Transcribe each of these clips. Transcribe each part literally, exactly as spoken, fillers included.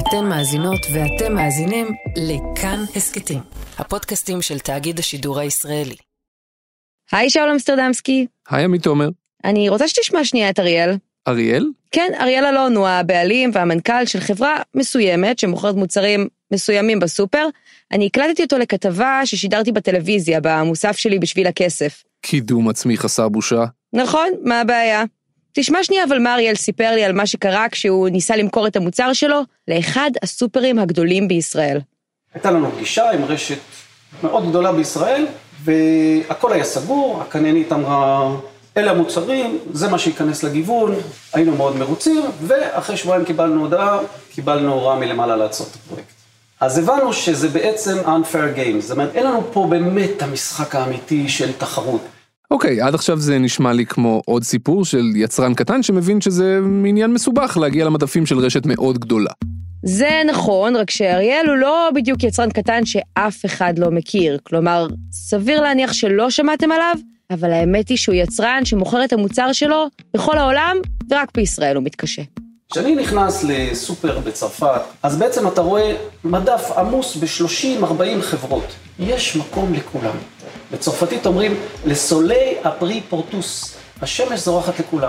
אתן מאזינות ואתם מאזינים לכאן הסקטים, הפודקאסטים של תאגיד השידור הישראלי. היי שאול אמסטרדמסקי. היי עמית תומר. אני רוצה שתשמע שנייה את אריאל. אריאל? כן, אריאל אלון הוא הבעלים והמנכ"ל של חברה מסוימת שמוכרת מוצרים מסוימים בסופר. אני הקלטתי אותו לכתבה ששידרתי בטלוויזיה במוסף שלי בשביל הכסף. קידום עצמי חסר בושה. נכון, מה הבעיה? תשמע שנייה אבל מה אריאל סיפר לי על מה שקרה כשהוא ניסה למכור את המוצר שלו לאחד הסופרים הגדולים בישראל. הייתה לנו פגישה עם רשת מאוד גדולה בישראל, והכל היה סגור, הקניינית אמרה, אלה המוצרים, זה מה שייכנס לגיוון, היינו מאוד מרוצים, ואחרי שבועיים קיבלנו הודעה, קיבלנו הוראה מלמעלה לעשות את הפרויקט. אז הבנו שזה בעצם unfair game, זאת אומרת, אין לנו פה באמת המשחק האמיתי של תחרות. אוקיי, עד עכשיו זה נשמע לי כמו עוד סיפור של יצרן קטן שמבין שזה עניין מסובך להגיע למדפים של רשת מאוד גדולה. זה נכון, רק שאריאל הוא לא בדיוק יצרן קטן שאף אחד לא מכיר. כלומר, סביר להניח שלא שמעתם עליו, אבל האמת היא שהוא יצרן שמוכר את המוצר שלו בכל העולם, ורק בישראל הוא מתקשה. כשאני נכנס לסופר בצרפת, אז בעצם אתה רואה מדף עמוס ב-שלושים ארבעים חברות. יש מקום לכולם. בצרפתית אומרים, לסולי הפרי פורטוס, השמש זורחת לכולם.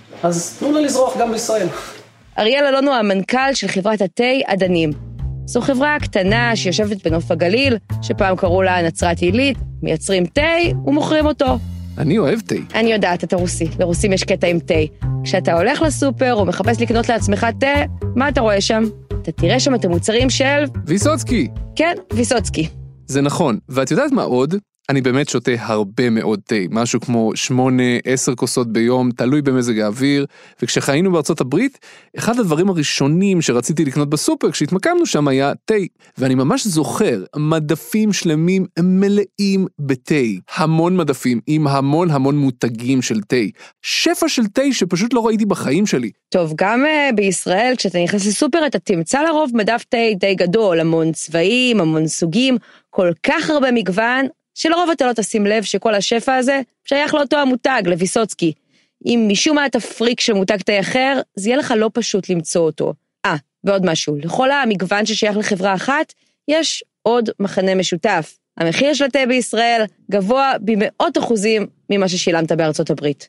אז תנו לה לזרוח גם בישראל. אריאל אלון הוא המנכ"ל של חברת התה עדנים. זו חברה קטנה שיושבת בנוף הגליל, שפעם קראו לה נצרת עילית, מייצרים תה ומוכרים אותו. אני אוהב תה. אני יודעת, אתה רוסי. לרוסים יש קטע עם תה. כשאתה הולך לסופר או מחפש לקנות לעצמך תה, מה אתה רואה שם? אתה תראה שם את המוצרים של... ויסוצקי. כן, ויסוצקי. זה נכון, ואת יודעת מה עוד? אני באמת שותה הרבה מאוד תה, משהו כמו שמונה, עשר כוסות ביום, תלוי במזג האוויר, וכשחיינו בארצות הברית, אחד הדברים הראשונים שרציתי לקנות בסופר, כשהתמקמנו שם היה תה, ואני ממש זוכר, מדפים שלמים מלאים בתה, המון מדפים, עם המון המון מותגים של תה, שפע של תה שפשוט לא ראיתי בחיים שלי. טוב, גם uh, בישראל, כשאתה נכנס לסופר, אתה תמצא לרוב מדף תה די גדול, המון צבעים, המון סוגים, כל כך הרבה מגוון, שלרוב אתה לא תשים לב שכל השפע הזה שייך לאותו המותג, לויסוצקי. אם משום מה אתה פריק של מותג תה אחר, זה יהיה לך לא פשוט למצוא אותו. אה, ועוד משהו, לכל המגוון ששייך לחברה אחת, יש עוד מחנה משותף. המחיר של התה בישראל גבוה במאות אחוזים ממה ששילמת בארצות הברית.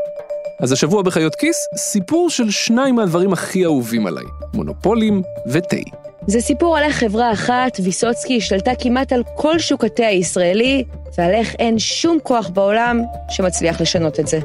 אז השבוע בחיות כיס, סיפור של שניים מהדברים הכי אהובים עליי, מונופולים ותה. זה סיפור על איך חברה אחת, ויסוצקי, השתלטה כמעט על כל שוק התה הישראלי, ועל איך אין שום כוח בעולם שמצליח לשנות את זה.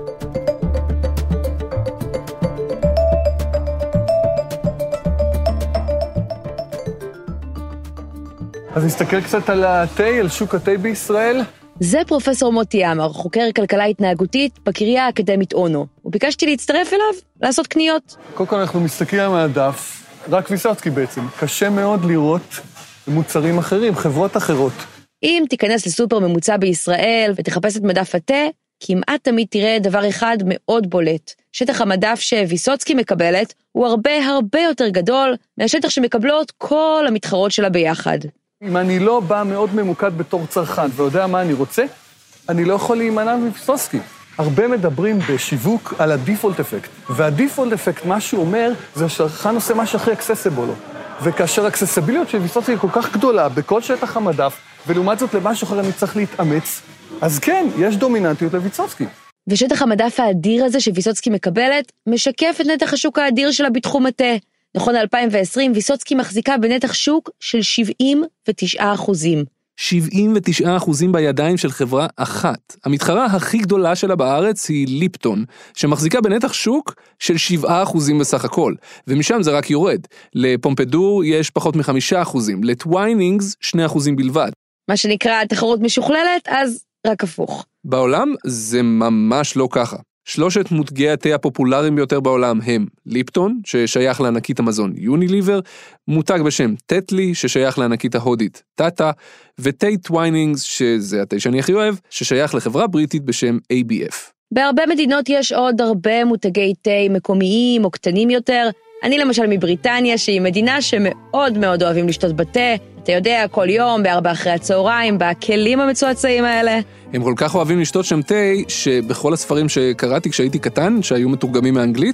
אז נסתכל קצת על התה, על שוק התה בישראל. זה פרופסור מוטי עמר, חוקר כלכלה התנהגותית בקריה האקדמית אונו. וביקשתי להצטרף אליו, לעשות קניות. קודם כל אנחנו מסתכלים על הדף, רק ויסוצקי בעצם. קשה מאוד לראות מוצרים אחרים, חברות אחרות. אם תיכנס לסופר ממוצע בישראל ותחפש את מדף התה, כמעט תמיד תראה דבר אחד מאוד בולט. שטח המדף שוויסוצקי מקבלת הוא הרבה הרבה יותר גדול מהשטח שמקבלות כל המתחרות שלה ביחד. אם אני לא בא מאוד ממוקד בתור צרכן ויודע מה אני רוצה, אני לא יכול להימנע מוויסוצקי. הרבה מדברים בשיווק על הדיפולט אפקט, והדיפולט אפקט, מה שהוא אומר, זה שהצרכן עושה מה שהכי אקססיבול לו. וכאשר האקססיביליות של ויסוצקי היא כל כך גדולה בכל שטח המדף, ולעומת זאת למשהו אחר אני צריך להתאמץ, אז כן, יש דומיננטיות לויסוצקי. ושטח המדף האדיר הזה שוויסוצקי מקבלת, משקף את נתח השוק האדיר שלה בתחום התה. נכון, אלפיים ועשרים, ויסוצקי מחזיקה בנתח שוק של שבעים ותשעה אחוזים. שבעים ותשעה אחוזים בידיים של חברה אחת. המתחרה הכי גדולה שלה בארץ היא ליפטון, שמחזיקה בנתח שוק של שבעה אחוזים בסך הכל, ומשם זה רק יורד. לפומפדור יש פחות מחמישה אחוזים, לטוויינינגס שני אחוזים בלבד. מה שנקרא תחרות משוכללת, אז רק הפוך. בעולם זה ממש לא ככה. שלושת מותגי התה הפופולריים ביותר בעולם הם ליפטון, ששייך לענקית המזון יוניליבר, מותג בשם טטלי, ששייך לענקית ההודית טאטה, ותה טוויינינגס, שזה התה שאני הכי אוהב, ששייך לחברה בריטית בשם איי בי אף. בהרבה מדינות יש עוד הרבה מותגי תה מקומיים או קטנים יותר. אני למשל מבריטניה, שהיא מדינה שמאוד מאוד אוהבים לשתות בתה, אתה יודע, כל יום, בארבע אחרי הצהריים, בכלים המצועצעים האלה. הם כל כך אוהבים לשתות שם תה, שבכל הספרים שקראתי כשהייתי קטן, שהיו מתורגמים מאנגלית,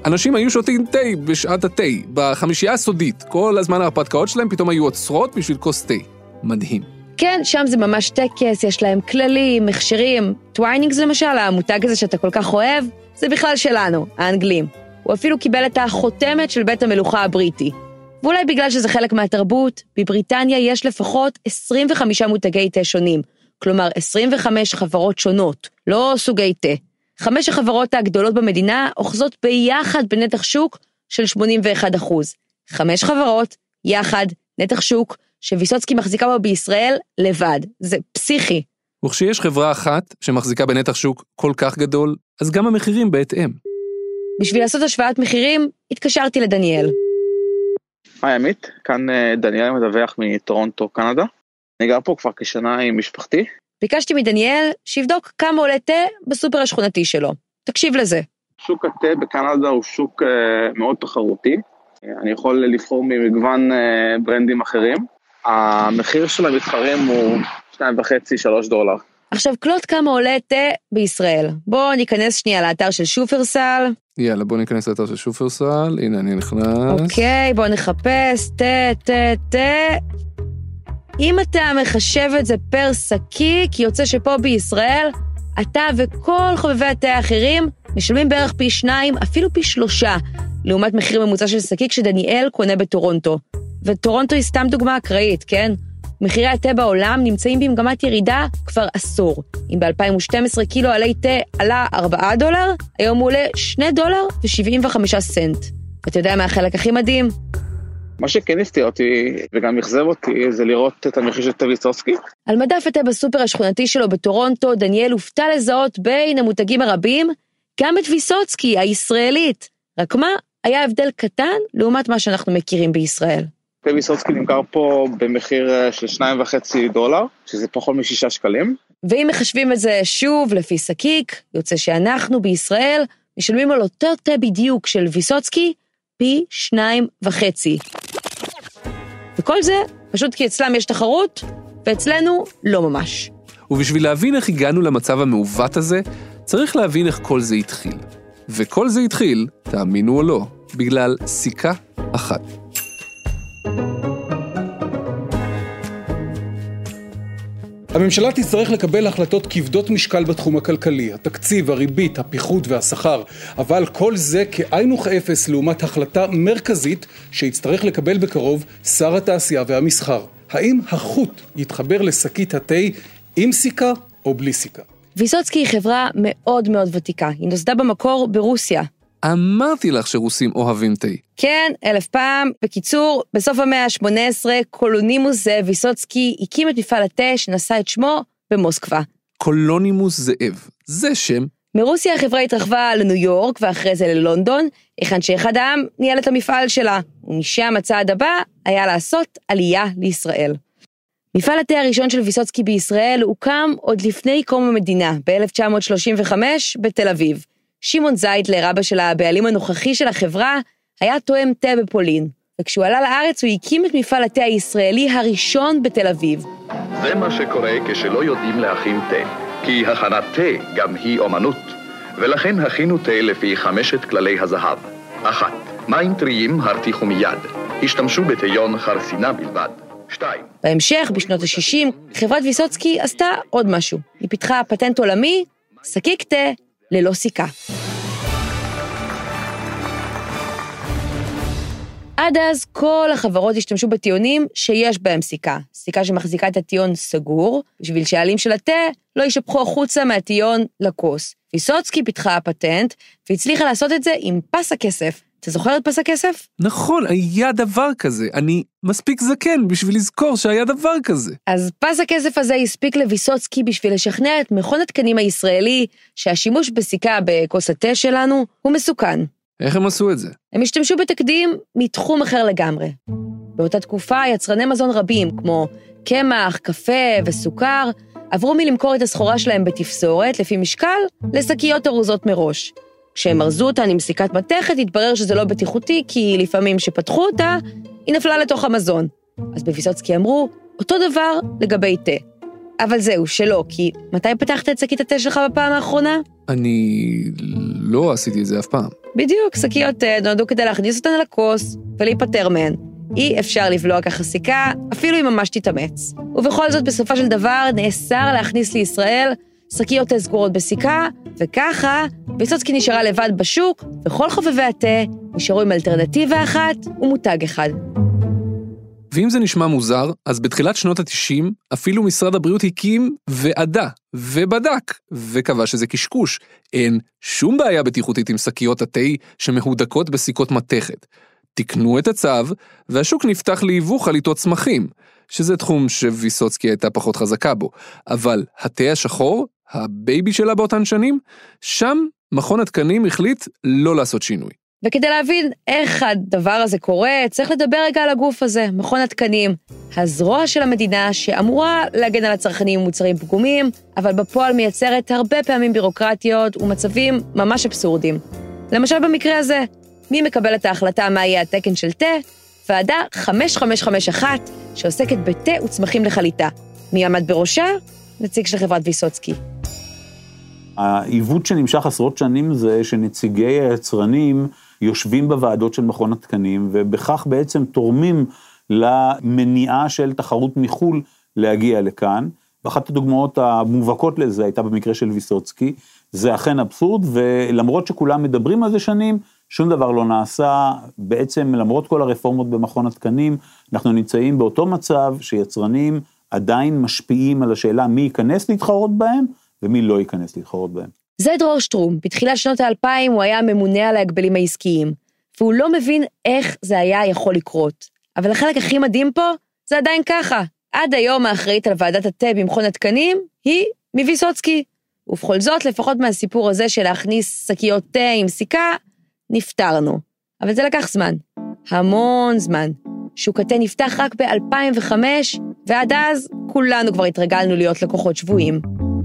אנשים היו שותים תה בשעת התה, בחמישייה הסודית. כל הזמן ההרפתקאות שלהם פתאום היו עוצרות בשביל כוס תה. מדהים. כן, שם זה ממש טקס, יש להם כללים, מכשירים. טוויינינגס למשל, המותג הזה שאתה כל כך אוהב, זה בכלל שלנו, האנגלים. הוא אפילו קיבל את החותמת של בית המלוכה הבריטי. ואולי בגלל שזה חלק מהתרבות, בבריטניה יש לפחות עשרים וחמישה מותגי תה שונים, כלומר עשרים וחמש חברות שונות, לא סוגי תה. חמש החברות הגדולות במדינה אוחזות ביחד בנתח שוק של שמונים ואחד אחוז. חמש חברות, יחד, נתח שוק, שוויסוצקי מחזיקה בו בישראל לבד. זה פסיכי. וכשיש חברה אחת שמחזיקה בנתח שוק כל כך גדול, אז גם המחירים בהתאם. בשביל לעשות השוואת מחירים, התקשרתי לדניאל. היי עמית, כאן דניאל מדווח מטורונטו, קנדה. אני גר פה כבר כשנה עם משפחתי. ביקשתי מדניאל שיבדוק כמה עולה תה בסופר השכונתי שלו. תקשיב לזה. שוק התה בקנדה הוא שוק מאוד תחרותי. אני יכול לבחור ממגוון ברנדים אחרים. המחיר של המתחרים הוא שתיים וחצי, שלוש דולר. עכשיו קלוט כמה עולה תה בישראל. בוא ניכנס שנייה לאתר של שופרסל. יאללה, בוא ניכנס לאתר של שופרסל. הנה, אני נכנס. אוקיי, בוא נחפש. תה, תה, תה. אם אתה מחשב את זה פר סקיק, יוצא שפה בישראל, אתה וכל חובבי התה האחרים משלמים בערך פי שניים, אפילו פי שלושה, לעומת מחיר ממוצע של סקיק שדניאל קונה בטורונטו. וטורונטו היא סתם דוגמה אקראית, כן? מחירי התה בעולם נמצאים במגמת ירידה כבר עשור. אם ב-אלפיים ושתים עשרה קילו עלי תה עלה ארבעה דולר, היום הוא עולה שני דולר ושבעים וחמישה סנט. ואתה יודע מה החלק הכי מדהים? מה שכן הפתיע אותי וגם אכזב אותי זה לראות את המחיר של תה ויסוצקי. על מדף התה בסופר השכונתי שלו בטורונטו, דניאל הופתע לזהות בין המותגים הרבים, גם את ויסוצקי הישראלית. רק מה? היה הבדל קטן לעומת מה שאנחנו מכירים בישראל. תה ויסוצקי נמכר פה במחיר של שניים וחצי דולר, שזה פחות משישה שקלים. ואם מחשבים את זה שוב לפי סקיק, יוצא שאנחנו בישראל משלמים על אותו תה בדיוק של ויסוצקי, פי שניים וחצי. וכל זה פשוט כי אצלם יש תחרות, ואצלנו לא ממש. ובשביל להבין איך הגענו למצב המעוות הזה, צריך להבין איך כל זה התחיל. וכל זה התחיל, תאמינו או לא, בגלל סיכה אחת. הממשלה תצטרך לקבל החלטות כבדות משקל בתחום הכלכלי, התקציב, הריבית, הפיחות והשכר, אבל כל זה כאין וכאפס לעומת החלטה מרכזית שיצטרך לקבל בקרוב שר התעשייה והמסחר. האם החוט יתחבר לשקית התה עם סיכה או בלי סיכה? ויסוצקי היא חברה מאוד מאוד ותיקה, היא נוסדה במקור ברוסיה. אמרתי לך שרוסים אוהבים תה. כן, אלף פעם. בקיצור, בסוף המאה ה-שמונה עשרה, קולונימוס זאב ויסוצקי הקים את מפעל התה שנשא את שמו במוסקבה. קולונימוס זאב, זה שם. מרוסיה החברה התרחבה לניו יורק ואחרי זה ללונדון, היכן שאחד העם ניהל את המפעל שלה, ומשם הצעד הבא היה לעשות עלייה לישראל. מפעל התה הראשון של ויסוצקי בישראל הוקם עוד לפני קום המדינה, ב-אלף תשע מאות שלושים וחמש בתל אביב. שמעון זיידלר, אבא של הבעלים הנוכחי של החברה, היה תואם תה בפולין, וכשהוא עלה לארץ הוא הקים את מפעל התה הישראלי הראשון בתל אביב. זה מה שקורה כשלא יודעים להכין תה, כי הכנת תה גם היא אומנות, ולכן הכינו תה לפי חמשת כללי הזהב. אחת, מים טריים הרתיחו מיד, השתמשו בתיון חרסינה בלבד. שתיים. בהמשך, בשנות ה-שישים, חברת ויסוצקי עשתה עוד משהו. היא פיתחה פטנט עולמי, סקיק תה ללא סיכה. עד אז כל החברות השתמשו בטיונים שיש בהם סיכה. סיכה שמחזיקה את הטיון סגור, בשביל שהעלים של התה לא יישפכו החוצה מהטיון לכוס. ויסוצקי פיתחה הפטנט, והצליחה לעשות את זה עם פס הכסף. אתה זוכר את פס הכסף? נכון, היה דבר כזה. אני מספיק זקן בשביל לזכור שהיה דבר כזה. אז פס הכסף הזה הספיק לויסוצקי בשביל לשכנע את מכון התקנים הישראלי שהשימוש בסיכה בכוס התה שלנו הוא מסוכן. איך הם עשו את זה? הם השתמשו בתקדים מתחום אחר לגמרי. באותה תקופה יצרני מזון רבים, כמו קמח, קפה וסוכר, עברו מלמכור את הסחורה שלהם בתפסורת לפי משקל לשקיות ארוזות מראש. כשהם ארזו אותן עם סיכת מתכת, התברר שזה לא בטיחותי, כי לפעמים שפתחו אותה, היא נפלה לתוך המזון. אז בויסוצקי אמרו, אותו דבר לגבי תה. אבל זהו, שלא, כי מתי פתחת את שקית התה שלך בפעם האחרונה? אני לא עשיתי את זה אף פעם. בדיוק, שקיות נועדו כדי להכניס אותן לכוס ולהיפטר מהן. אי אפשר לבלוע ככה סיכה, אפילו אם ממש תתאמץ. ובכל זאת, בסופו של דבר, נאסר להכניס לישראל שקיות תה סגורות בסיכה, וככה, ויסוצקי נשארה לבד בשוק, וכל חובבי התה נשארו עם אלטרנטיבה אחת ומותג אחד. ואם זה נשמע מוזר, אז בתחילת שנות ה-תשעים, אפילו משרד הבריאות הקים ועדה, ובדק, וקבע שזה קשקוש. אין שום בעיה בטיחותית עם שקיות התה שמהודקות בסיכות מתכת. תקנו את הצו, והשוק נפתח ליבוא חליטות צמחים, שזה תחום שוויסוצקי הייתה פחות חזקה בו. אבל התה השחור, הבייבי שלה באותן שנים, שם מכון התקנים החליט לא לעשות שינוי. וכדי להבין איך הדבר הזה קורה, צריך לדבר רגע על הגוף הזה, מכון התקנים, הזרוע של המדינה שאמורה להגן על הצרכנים ומוצרים פגומים, אבל בפועל מייצרת הרבה פעמים בירוקרטיות ומצבים ממש אבסורדים. למשל במקרה הזה, מי מקבל את ההחלטה מה יהיה התקן של תה? ועדה חמש חמש חמש אחת שעוסקת בתה וצמחים לחליטה. מי עמד בראשה? נציג של חברת ויסוצקי. העיוות שנמשך עשרות שנים זה שנציגי היצרנים יושבים בוועדות של מכון התקנים, ובכך בעצם תורמים למניעה של תחרות מחול להגיע לכאן. ואחת הדוגמאות המובהקות לזה הייתה במקרה של ויסוצקי. זה אכן אבסורד, ולמרות שכולם מדברים על זה שנים, שום דבר לא נעשה. בעצם למרות כל הרפורמות במכון התקנים, אנחנו נמצאים באותו מצב שיצרנים עדיין משפיעים על השאלה מי ייכנס להתחרות בהם, ומי לא ייכנס להתחרות בהם. זה דרור שטרום, בתחילת שנות האלפיים הוא היה ממונה על ההגבלים העסקיים, והוא לא מבין איך זה היה יכול לקרות. אבל החלק הכי מדהים פה, זה עדיין ככה. עד היום האחראית על ועדת התה במכון התקנים, היא מוויסוצקי. ובכל זאת, לפחות מהסיפור הזה של להכניס שקיות תה עם סיכה, נפטרנו. אבל זה לקח זמן. המון זמן. שוק התה נפתח רק ב-אלפיים וחמש, ועד אז כולנו כבר התרגלנו להיות לקוחות שבויים.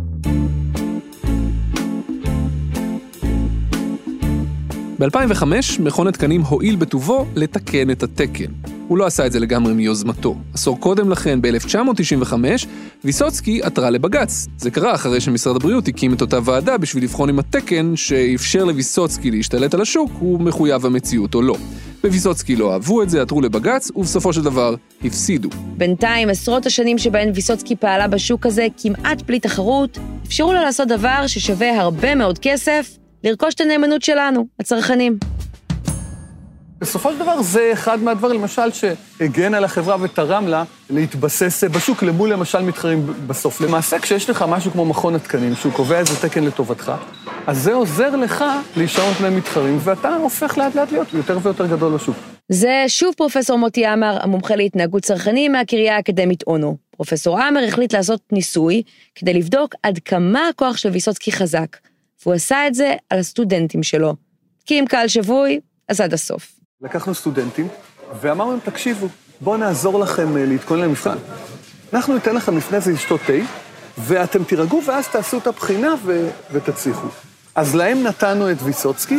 ב-אלפיים וחמש מכון התקנים הועיל בטובו לתקן את התקן. הוא לא עשה את זה לגמרי מיוזמתו. עשור קודם לכן, ב-אלף תשע מאות תשעים וחמש, ויסוצקי עתרה לבג"ץ. זה קרה אחרי שמשרד הבריאות הקים את אותה ועדה בשביל לבחון אם התקן שאפשר לויסוצקי להשתלט על השוק הוא מחויב המציאות או לא. וויסוצקי לא אהבו את זה, עתרו לבג"ץ, ובסופו של דבר הפסידו. בינתיים, עשרות השנים שבהן ויסוצקי פעלה בשוק הזה כמעט בלי תחרות, אפשרו לה לעשות דבר ששווה הרבה מאוד כסף, לרכוש את הנאמנות שלנו, הצרכנים. בסופו של דבר זה אחד מהדברים, למשל, שהגן על החברה ותרם לה להתבסס בשוק למול למשל מתחרים בסוף. למעשה, כשיש לך משהו כמו מכון התקנים, שהוא קובע איזה תקן לטובתך, אז זה עוזר לך להישאר פני מתחרים, ואתה הופך לאט לאט להיות יותר ויותר גדול בשוק. זה שוב פרופסור מוטי עמר, המומחה להתנהגות צרכנים מהקריה האקדמית אונו. פרופסור עמר החליט לעשות ניסוי כדי לבדוק עד כמה הכוח של ויסוצקי חזק, והוא עשה את זה על הסטודנטים שלו. כי אם קהל שבוי, אז עד הסוף. לקחנו סטודנטים, ואמרנו להם, תקשיבו, בואו נעזור לכם להתכונן למבחן. אנחנו ניתן לכם לפני זה לשתות תה, ואתם תירגעו, ואז תעשו את הבחינה ו- ותצליחו. אז להם נתנו את ויסוצקי,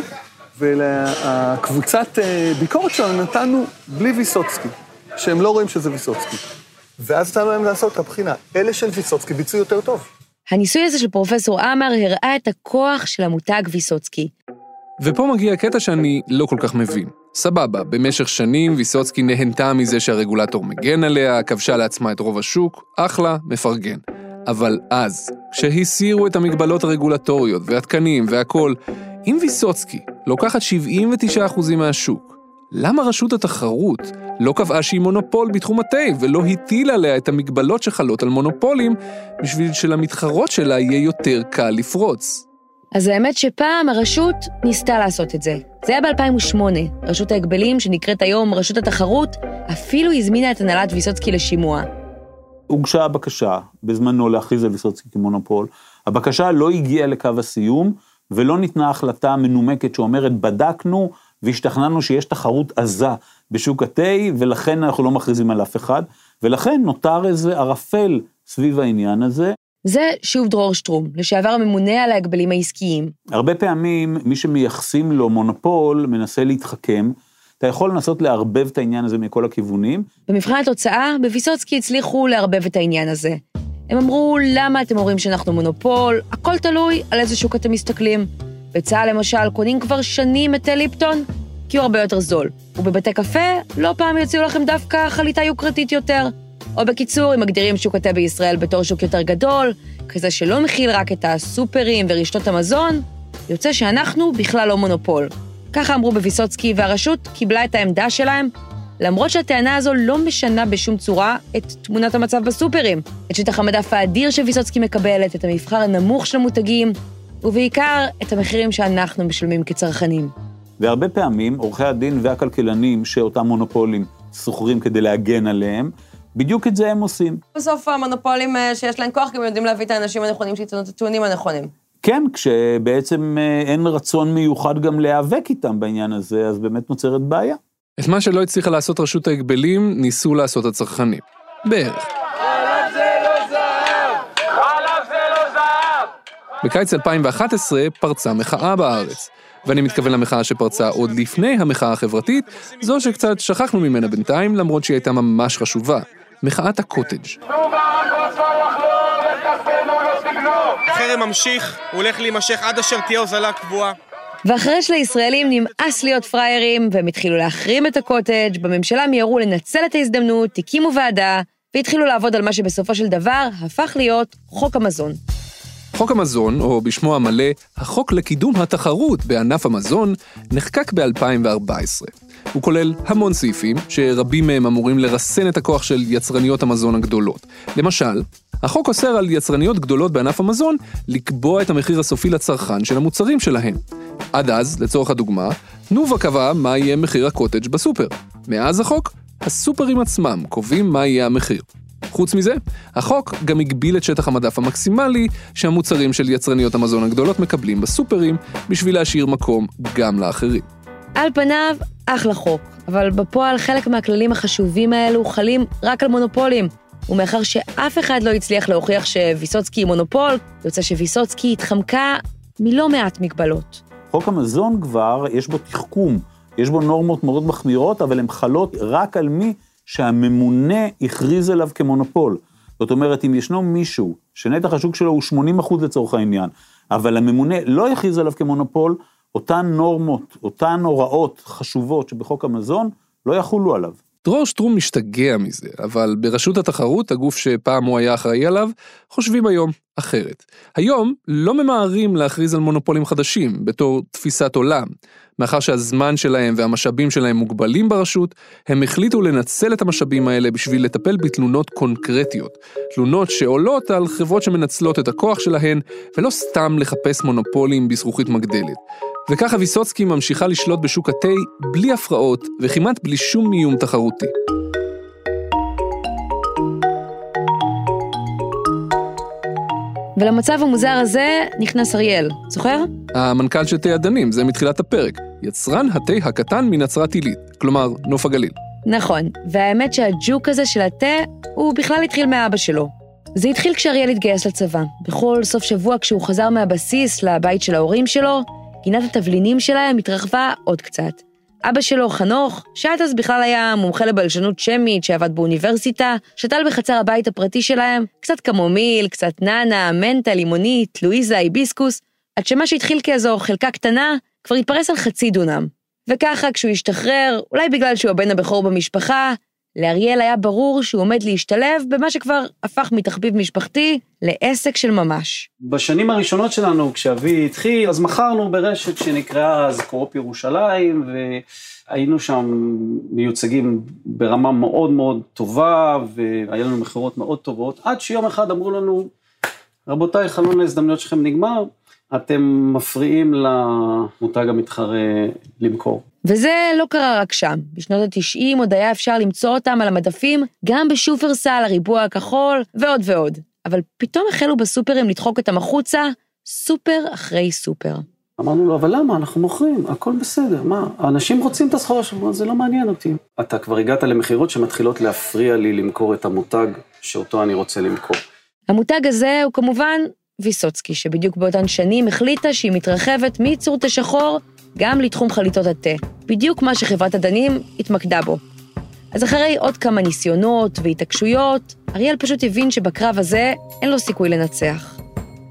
ולקבוצת ביקורת שלנו נתנו בלי ויסוצקי, שהם לא רואים שזה ויסוצקי. ואז נתנו להם לעשות את הבחינה. אלה של ויסוצקי ביצעו יותר טוב. הניסוי הזה של פרופסור עמר הראה את הכוח של המותג ויסוצקי. ופה מגיע הקטע שאני לא כל כך מבין. סבבה, במשך שנים ויסוצקי נהנתה מזה שהרגולטור מגן עליה, כבשה לעצמה את רוב השוק, אחלה, מפרגן. אבל אז, כשהסירו את המגבלות הרגולטוריות והתקנים והכל, אם ויסוצקי לוקחת שבעים ותשעה אחוז מהשוק, למה רשות התחרות לא קבעה שהיא מונופול בתחום התה ולא הטילה עליה את המגבלות שחלות על מונופולים בשביל שלמתחרות שלה יהיה יותר קל לפרוץ? אז האמת שפעם הרשות ניסתה לעשות את זה. זה היה ב-אלפיים ושמונה. רשות ההגבלים, שנקראת היום רשות התחרות, אפילו הזמינה את הנהלת ויסוצקי לשימוע. הוגשה הבקשה בזמנו להכריז על ויסוצקי כמונופול. הבקשה לא הגיעה לקו הסיום, ולא ניתנה החלטה מנומקת שאומרת, בדקנו והשתכנענו שיש תחרות עזה בשוק התה, ולכן אנחנו לא מכריזים על אף אחד, ולכן נותר איזה ערפל סביב העניין הזה. זה שוב דרור שטרום, לשעבר הממונה על ההגבלים העסקיים. הרבה פעמים מי שמייחסים לו מונופול מנסה להתחכם, אתה יכול לנסות לערבב את העניין הזה מכל הכיוונים. במבחן התוצאה, בוויסוצקי הצליחו לערבב את העניין הזה. הם אמרו, למה אתם אומרים שאנחנו מונופול? הכל תלוי על איזה שוק אתם מסתכלים. בצה"ל למשל קונים כבר שנים את תה ליפטון, כי הוא הרבה יותר זול. ובבתי קפה לא פעם יציעו לכם דווקא חליטה יוקרתית יותר. או בקיצור, אם מגדירים שוק התה בישראל בתור שוק יותר גדול, כזה שלא מכיל רק את הסופרים ורשתות המזון, יוצא שאנחנו בכלל לא מונופול. ככה אמרו בויסוצקי, והרשות קיבלה את העמדה שלהם, למרות שהטענה הזו לא משנה בשום צורה את תמונת המצב בסופרים, את שטח המדף האדיר שוויסוצקי מקבלת, את המבחר הנמוך של המותגים, ובעיקר את המחירים שאנחנו משלמים כצרכנים. והרבה פעמים עורכי הדין והכלכלנים שאותם מונופולים סוחרים כדי להגן עליהם, בדיוק את זה הם עושים. בסוף המונופולים שיש להם כוח גם יודעים להביא את האנשים הנכונים שיצאו את הטיעונים הנכונים. כן, כשבעצם אין רצון מיוחד גם להיאבק איתם בעניין הזה, אז באמת נוצרת בעיה. את מה שלא הצליחה לעשות רשות ההגבלים, ניסו לעשות הצרכנים. בערך. חלב זה לא זהב! חלב זה לא זהב! בקיץ אלפיים ואחת עשרה פרצה מחאה בארץ. ואני מתכוון למחאה שפרצה עוד לפני המחאה החברתית, זו שקצת שכחנו ממנה בינתיים, למרות שהיא הייתה ממש חשובה. מחאת הקוטג'. החרם ממשיך, הוא הולך להימשך עד אשר תהיה הוזלה קבועה. ואחרי שלישראלים נמאס להיות פריירים, והם התחילו להחרים את הקוטג', בממשלה מיירו לנצל את ההזדמנות, הקימו ועדה, והתחילו לעבוד על מה שבסופו של דבר הפך להיות חוק המזון. חוק המזון, או בשמו המלא, החוק לקידום התחרות בענף המזון, נחקק ב-אלפיים וארבע עשרה. הוא כולל המון סעיפים, שרבים מהם אמורים לרסן את הכוח של יצרניות המזון הגדולות. למשל, החוק אוסר על יצרניות גדולות בענף המזון לקבוע את המחיר הסופי לצרכן של המוצרים שלהם. עד אז, לצורך הדוגמה, תנובה קבעה מה יהיה מחיר הקוטג' בסופר. מאז החוק, הסופרים עצמם קובעים מה יהיה המחיר. חוץ מזה, החוק גם הגביל את שטח המדף המקסימלי שהמוצרים של יצרניות המזון הגדולות מקבלים בסופרים, בשביל להשאיר מקום גם לאחרים. על פניו, אחלה חוק, אבל בפועל חלק מהכללים החשובים האלו חלים רק על מונופולים, ומאחר שאף אחד לא הצליח להוכיח שוויסוצקי היא מונופול, יוצא שוויסוצקי התחמקה מלא מעט מגבלות. חוק המזון כבר, יש בו תחכום, יש בו נורמות מאוד מחמירות, אבל הן חלות רק על מי שהממונה הכריז עליו כמונופול. זאת אומרת, אם ישנו מישהו שנתח השוק שלו הוא שמונים אחוז לצורך העניין, אבל הממונה לא הכריז עליו כמונופול, אותן נורמות, אותן הוראות חשובות שבחוק המזון לא יחולו עליו. דרור שטרום משתגע מזה, אבל ברשות התחרות, הגוף שפעם הוא היה אחראי עליו, חושבים היום אחרת. היום לא ממהרים להכריז על מונופולים חדשים, בתור תפיסת עולם. מאחר שהזמן שלהם והמשאבים שלהם מוגבלים ברשות, הם החליטו לנצל את המשאבים האלה בשביל לטפל בתלונות קונקרטיות. תלונות שעולות על חברות שמנצלות את הכוח שלהן, ולא סתם לחפש מונופולים בזכוכית מגדלת. וככה ויסוצקי ממשיכה לשלוט בשוק התה בלי הפרעות וכמעט בלי שום איום תחרותי. ולמצב המוזר הזה נכנס אריאל, זוכר? המנכ"ל של תה עדנים, זה מתחילת הפרק. יצרן התה הקטן מנצרת עילית, כלומר נוף הגליל. נכון, והאמת שהג'וק הזה של התה הוא בכלל התחיל מאבא שלו. זה התחיל כשאריאל התגייס לצבא. בכל סוף שבוע כשהוא חזר מהבסיס לבית של ההורים שלו, גינת התבלינים שלהם התרחבה עוד קצת. אבא שלו, חנוך, שעד אז בכלל היה מומחה לבלשנות שמית שעבד באוניברסיטה, שתל בחצר הבית הפרטי שלהם, קצת קמומיל, קצת ננה, מנטה, לימונית, לואיזה, היביסקוס, עד שמה שהתחיל כאזור חלקה קטנה, כבר התפרס על חצי דונם. וככה כשהוא השתחרר, אולי בגלל שהוא הבן הבכור במשפחה, לאריאל היה ברור שהוא עומד להשתלב במה שכבר הפך מתחביב משפחתי לעסק של ממש. בשנים הראשונות שלנו, כשאבי התחיל, אז מכרנו ברשת שנקראה אז קורופ ירושלים, והיינו שם מיוצגים ברמה מאוד מאוד טובה, והיה לנו מחירות מאוד טובות, עד שיום אחד אמרו לנו, רבותיי, חלון להזדמנויות שלכם נגמר, אתם מפריעים למותג המתחרה למכור. וזה לא קרה רק שם. בשנות ה-תשעים עוד היה אפשר למצוא אותם על המדפים, גם בשופרסל, הריבוע הכחול, ועוד ועוד. אבל פתאום החלו בסופרים לדחוק אותם החוצה, סופר אחרי סופר. אמרנו לו, אבל למה? אנחנו מוכרים, הכל בסדר. מה? האנשים רוצים את הסחורה שלנו, זה לא מעניין אותי. אתה כבר הגעת למחירות שמתחילות להפריע לי למכור את המותג שאותו אני רוצה למכור. המותג הזה הוא כמובן ויסוצקי, שבדיוק באותן שנים החליטה שהיא מתרחבת מייצור תה שחור גם לתחום חליטות התה. בדיוק מה שחברת עדנים התמקדה בו. אז אחרי עוד כמה ניסיונות והתעקשויות, אריאל פשוט הבין שבקרב הזה אין לו סיכוי לנצח.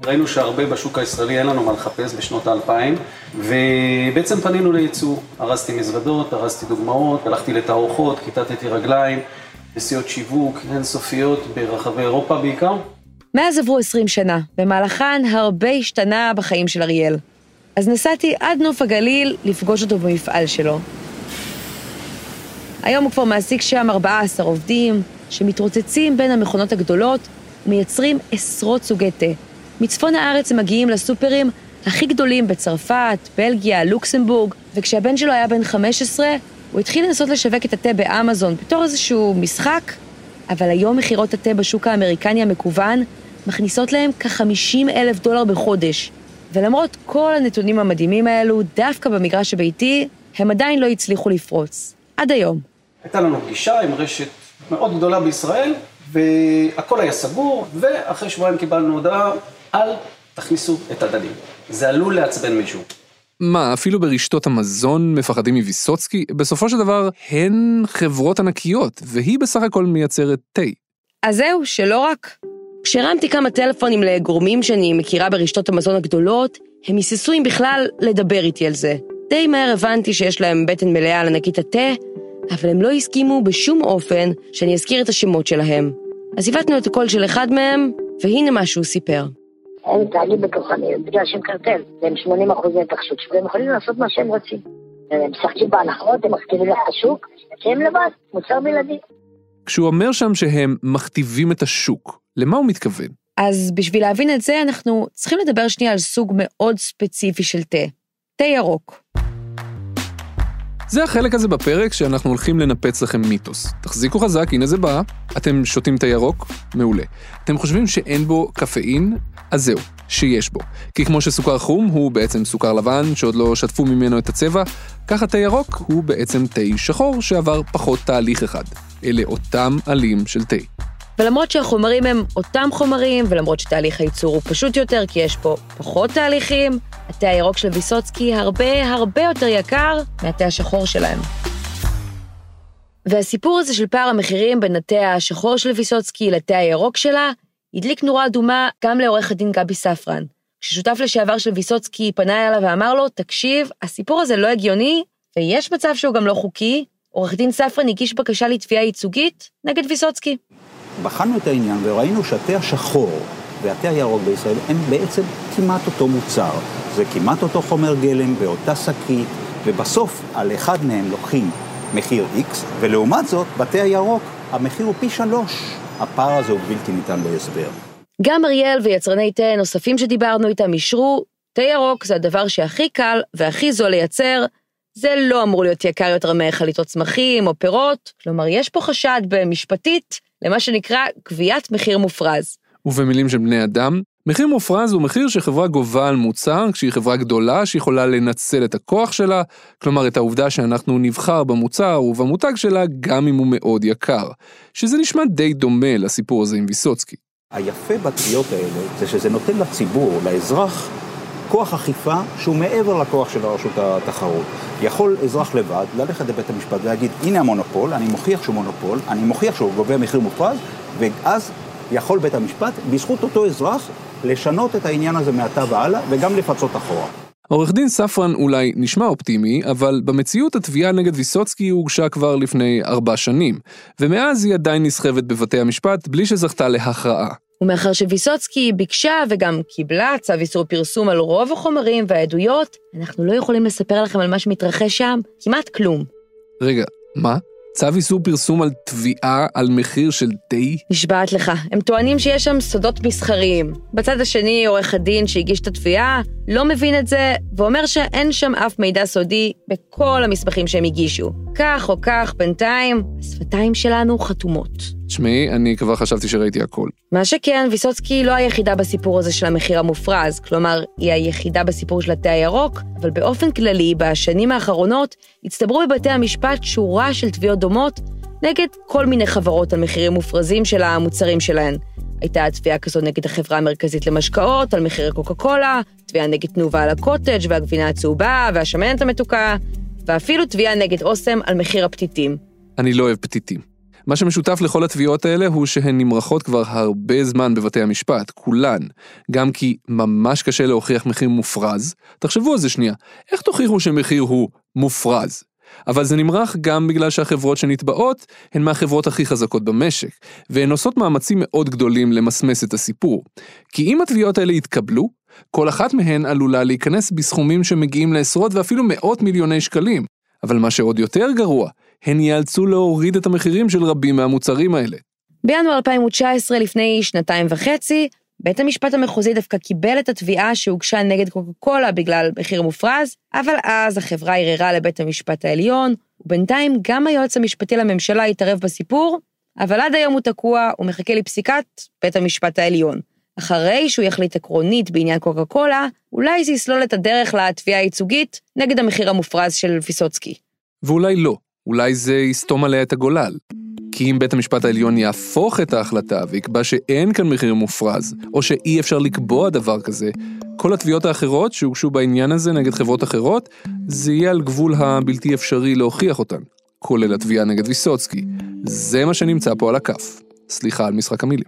ראינו שהרבה בשוק הישראלי אין לנו מה לחפש בשנות האלפיים, ובעצם פנינו לייצוא. הרסתי מזוודות, הרסתי דוגמאות, הלכתי לתערוכות, כיתתתי רגליים, נסיעות שיווק, אינסופיות ברחבי אירופה בעיקר. מאז עברו עשרים שנה, במהלכן הרבה השתנה בחיים של אריאל. אז נסעתי עד נוף הגליל לפגוש אותו במפעל שלו. היום הוא כבר מעסיק שם ארבעה עשר עובדים, שמתרוצצים בין המכונות הגדולות ומייצרים עשרות סוגי תה. מצפון הארץ הם מגיעים לסופרים הכי גדולים בצרפת, בלגיה, לוקסמבורג, וכשהבן שלו היה בן חמש עשרה, הוא התחיל לנסות לשווק את התה באמזון בתור איזשהו משחק, אבל היום מחירות התה בשוק האמריקני המקוון מכניסות להם כ-חמישים אלף דולר בחודש. ולמרות כל הנתונים המדהימים האלו, דווקא במגרש הביתי, הם עדיין לא הצליחו לפרוץ. עד היום. הייתה לנו פגישה עם רשת מאוד גדולה בישראל, והכל היה סגור, ואחרי שבועיים קיבלנו הודעה, אל תכניסו את הדלים. זה עלול לעצבן מישהו. מה, אפילו ברשתות המזון מפחדים מוויסוצקי? בסופו של דבר, הן חברות ענקיות, והיא בסך הכל מייצרת תה. אז זהו, שלא רק. כשרמתי כמה טלפונים לגורמים שאני מכירה ברשתות המזון הגדולות, הם היססו אם בכלל לדבר איתי על זה. די מהר הבנתי שיש להם בטן מלאה על ענקית התה, אבל הם לא הסכימו בשום אופן שאני אזכיר את השמות שלהם. אז הבטנו את הקול של אחד מהם, והנה מה שהוא סיפר. הם תאגיד בכוחניות, בגלל שהם קרטל, והם שמונים אחוז נתח שוק, והם יכולים לעשות מה שהם רוצים. הם משחקים בהנחות, הם מכתיבים לך את השוק, שהם לבד, מוצר בלעדי. כשהוא אומר שם שהם מכתיבים את השוק, למה הוא מתכוון? אז בשביל להבין את זה, אנחנו צריכים לדבר שנייה על סוג מאוד ספציפי של תה. תה ירוק. זה החלק הזה בפרק שאנחנו הולכים לנפץ לכם מיתוס. תחזיקו חזק, הנה זה בא. אתם שותים תה ירוק? מעולה. אתם חושבים שאין בו קפאין? אז זהו, שיש בו. כי כמו שסוכר חום הוא בעצם סוכר לבן, שעוד לא שטפו ממנו את הצבע, ככה תה ירוק הוא בעצם תה שחור שעבר פחות תהליך אחד. אלה אותם עלים של תה. ולמרות שהחומרים הם אותם חומרים, ולמרות שתהליך הייצור הוא פשוט יותר, כי יש פה פחות תהליכים, התה הירוק של ויסוצקי הרבה הרבה יותר יקר מהתה השחור שלהם. והסיפור הזה של פער המחירים בין התה השחור של ויסוצקי לתה הירוק שלה, הדליק נורה אדומה גם לעורך הדין גבי ספרן. כששותף לשעבר של ויסוצקי פנה אליו ואמר לו, תקשיב, הסיפור הזה לא הגיוני, ויש מצב שהוא גם לא חוקי, עורך דין ספרן הגיש בקשה לתביעה ייצוגית נגד ויסוצקי. בחנו את העניין וראינו שהתה השחור והתה הירוק בישראל הם בעצם כמעט אותו מוצר. זה כמעט אותו חומר גלם באותה שקית, ובסוף על אחד מהם לוקחים מחיר X, ולעומת זאת, בתה הירוק המחיר הוא פי שלוש. הפער הזה הוא בלתי ניתן להסבר. גם אריאל ויצרני תה נוספים שדיברנו איתם אישרו, תה ירוק זה הדבר שהכי קל והכי זול לייצר, זה לא אמור להיות יקר יותר מחליטות צמחים או פירות, כלומר יש פה חשד במשפטית למה שנקרא קביעת מחיר מופרז. ובמילים של בני אדם, מחיר מופרז הוא מחיר שחברה גובה על מוצר, כשהיא חברה גדולה שיכולה לנצל את הכוח שלה, כלומר את העובדה שאנחנו נבחר במוצר ובמותג שלה גם אם הוא מאוד יקר, שזה נשמע די דומה לסיפור הזה עם ויסוצקי. היפה בתביעות האלה זה שזה נותן לציבור, לאזרח, כוח אכיפה שהוא מעבר לכוח של הרשות התחרות. יכול אזרח לבד ללכת לבית המשפט ולהגיד, הנה המונופול, אני מוכיח שהוא מונופול, אני מוכיח שהוא גובה מחיר מופרז, ואז יכול בית המשפט, בזכות אותו אזרח, לשנות את העניין הזה מעתה והלאה, וגם לפצות אחורה. עורך דין ספרן אולי נשמע אופטימי, אבל במציאות התביעה נגד ויסוצקי הוגשה כבר לפני ארבע שנים, ומאז היא עדיין נסחבת בבתי המשפט בלי שזכתה להכרעה. ומאחר שוויסוצקי ביקשה וגם קיבלה צו איסור פרסום על רוב החומרים והעדויות, אנחנו לא יכולים לספר לכם על מה שמתרחש שם, כמעט כלום. רגע, מה? צו איסור פרסום על תביעה על מחיר של תה? נשבעת לך, הם טוענים שיש שם סודות מסחריים. בצד השני, עורך הדין שהגיש את התביעה לא מבין את זה, ואומר שאין שם אף מידע סודי בכל המסמכים שהם הגישו. כך או כך, בינתיים, השפתיים שלנו חתומות. תשמעי, אני כבר חשבתי שראיתי הכל. מה שכן, ויסוצקי לא היחידה בסיפור הזה של המחיר המופרז, כלומר, היא היחידה בסיפור של התה הירוק, אבל באופן כללי, בשנים האחרונות, הצטברו בבתי המשפט שורה של תביעות דומות נגד כל מיני חברות על מחירים מופרזים של המוצרים שלהן. הייתה תביעה כזו נגד החברה המרכזית למשקאות, על מחיר קוקה קולה, תביעה נגד תנובה על הקוטג' והגבינה הצהובה והשמנת המתוקה, ואפילו תביעה נגד אוסם על מחיר הפתיתים. אני לא אוהב פתיתים. מה שמשותף לכל התביעות האלה הוא שהן נמרחות כבר הרבה זמן בבתי המשפט, כולן. גם כי ממש קשה להוכיח מחיר מופרז. תחשבו על זה שנייה, איך תוכיחו שמחיר הוא מופרז? אבל זה נמרח גם בגלל שהחברות שנתבעות הן מהחברות הכי חזקות במשק, והן עושות מאמצים מאוד גדולים למסמס את הסיפור. כי אם התביעות האלה יתקבלו, כל אחת מהן עלולה להיכנס בסכומים שמגיעים לעשרות ואפילו מאות מיליוני שקלים. אבל מה שעוד יותר גרוע, הן ייאלצו להוריד את המחירים של רבים מהמוצרים האלה. בינואר אלפיים תשע עשרה, לפני שנתיים וחצי, בית המשפט המחוזי דווקא קיבל את התביעה שהוגשה נגד קוקה קולה בגלל מחיר מופרז, אבל אז החברה ערערה לבית המשפט העליון, ובינתיים גם היועץ המשפטי לממשלה התערב בסיפור, אבל עד היום הוא תקוע ומחכה לפסיקת בית המשפט העליון. אחרי שהוא יחליט עקרונית בעניין קוקה קולה, אולי זה יסלול את הדרך לתביעה הייצוגית נגד המחיר המופרז של ויסוצקי. ואולי לא, אולי זה יסתום עליה את הגולל. כי אם בית המשפט העליון יהפוך את ההחלטה ויקבע שאין כאן מחיר מופרז, או שאי אפשר לקבוע דבר כזה, כל התביעות האחרות שהוגשו בעניין הזה נגד חברות אחרות, זה יהיה על גבול הבלתי אפשרי להוכיח אותן, כולל התביעה נגד ויסוצקי. זה מה שנמצא פה על הכף. סליחה על משחק המילים.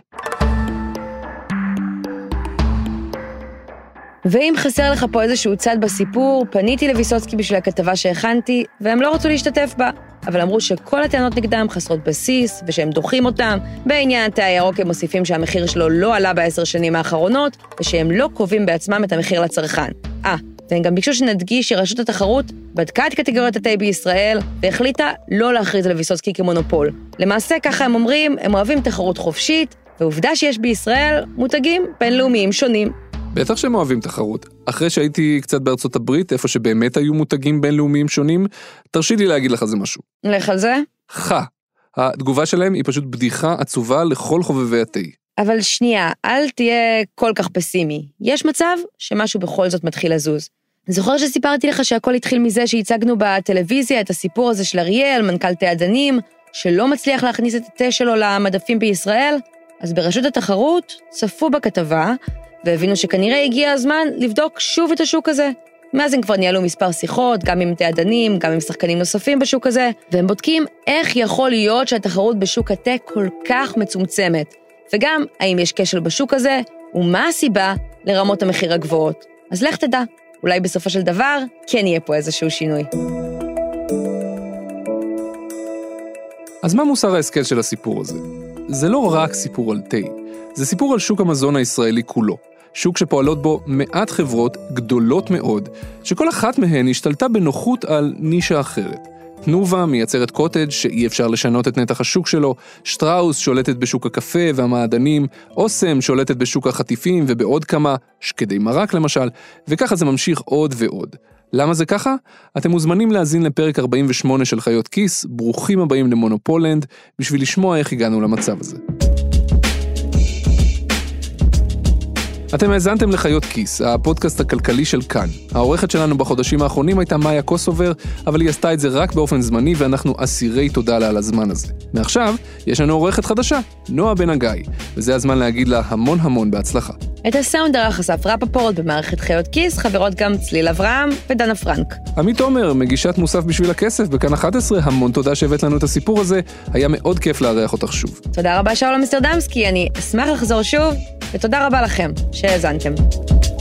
ואם חסר לך פה איזשהו צד בסיפור, פניתי לויסוצקי בשביל הכתבה שהכנתי, והם לא רצו להשתתף בה. אבל אמרו שכל הטענות נגדם חסרות בסיס, ושהם דוחים אותם. בעניין התא הירוק הם מוסיפים שהמחיר שלו לא עלה בעשר שנים האחרונות, ושהם לא קובעים בעצמם את המחיר לצרכן. אה, והם גם ביקשו שנדגיש שרשות התחרות בדקה את קטגוריית התה בישראל, והחליטה לא להכריז על ויסוצקי כמונופול. למעשה, ככה הם אומרים, הם אוהבים תחרות חופשית, ועובדה שיש בישראל מותגים בינלאומיים שונים. בטח שהם אוהבים תחרות. אחרי שהייתי קצת בארצות הברית, איפה שבאמת היו מותגים בינלאומיים שונים, תרשי לי להגיד לך זה משהו. לך על זה? חה. התגובה שלהם היא פשוט בדיחה עצובה לכל חובבי התה. אבל שנייה, אל תהיה כל כך פסימי. יש מצב שמשהו בכל זאת מתחיל לזוז. זוכר שסיפרתי לך שהכל התחיל מזה שהצגנו בטלוויזיה את הסיפור הזה של אריאל, מנכ"ל תה עדנים, שלא מצליח להכניס את התה שלו למדפים בישראל? אז ברשות התחרות צפו בכתבה, והבינו שכנראה הגיע הזמן לבדוק שוב את השוק הזה. מאז הם כבר ניהלו מספר שיחות, גם עם תה עדנים, גם עם שחקנים נוספים בשוק הזה, והם בודקים איך יכול להיות שהתחרות בשוק התה כל כך מצומצמת, וגם האם יש כשל בשוק הזה, ומה הסיבה לרמות המחיר הגבוהות. אז לך תדע, אולי בסופו של דבר כן יהיה פה איזשהו שינוי. אז מה מוסר ההשכל של הסיפור הזה? זה לא רק סיפור על תה, זה סיפור על שוק המזון הישראלי כולו. שוק שפועלות בו מעט חברות גדולות מאוד, שכל אחת מהן השתלטה בנוחות על נישה אחרת. תנובה מייצרת קוטג' שאי אפשר לשנות את נתח השוק שלו, שטראוס שולטת בשוק הקפה והמעדנים, אוסם שולטת בשוק החטיפים ובעוד כמה, שקדי מרק למשל, וככה זה ממשיך עוד ועוד. למה זה ככה? אתם מוזמנים להזין לפרק ארבעים ושמונה של חיות כיס, ברוכים הבאים למונופולנד, בשביל לשמוע איך הגענו למצב הזה. אתם האזנתם לחיות כיס, הפודקאסט הכלכלי של כאן. העורכת שלנו בחודשים האחרונים הייתה מאיה קוסובר, אבל היא עשתה את זה רק באופן זמני, ואנחנו אסירי תודה לה על הזמן הזה. מעכשיו, יש לנו עורכת חדשה, נועה בן הגיא, וזה הזמן להגיד לה המון המון בהצלחה. את הסאונד ערך אסף רפפורט במערכת חיות כיס, חברות גם צליל אברהם ודנה פרנק. עמית עומר, מגישת מוסף בשביל הכסף בכאן אחת עשרה, המון תודה שהבאת לנו את הסיפור הזה, היה מאוד כיף לארח אותך שוב. תודה רבה שאול אמסטרדמסקי, אני אשמח לחזור שוב, ותודה רבה לכם שהאזנתם.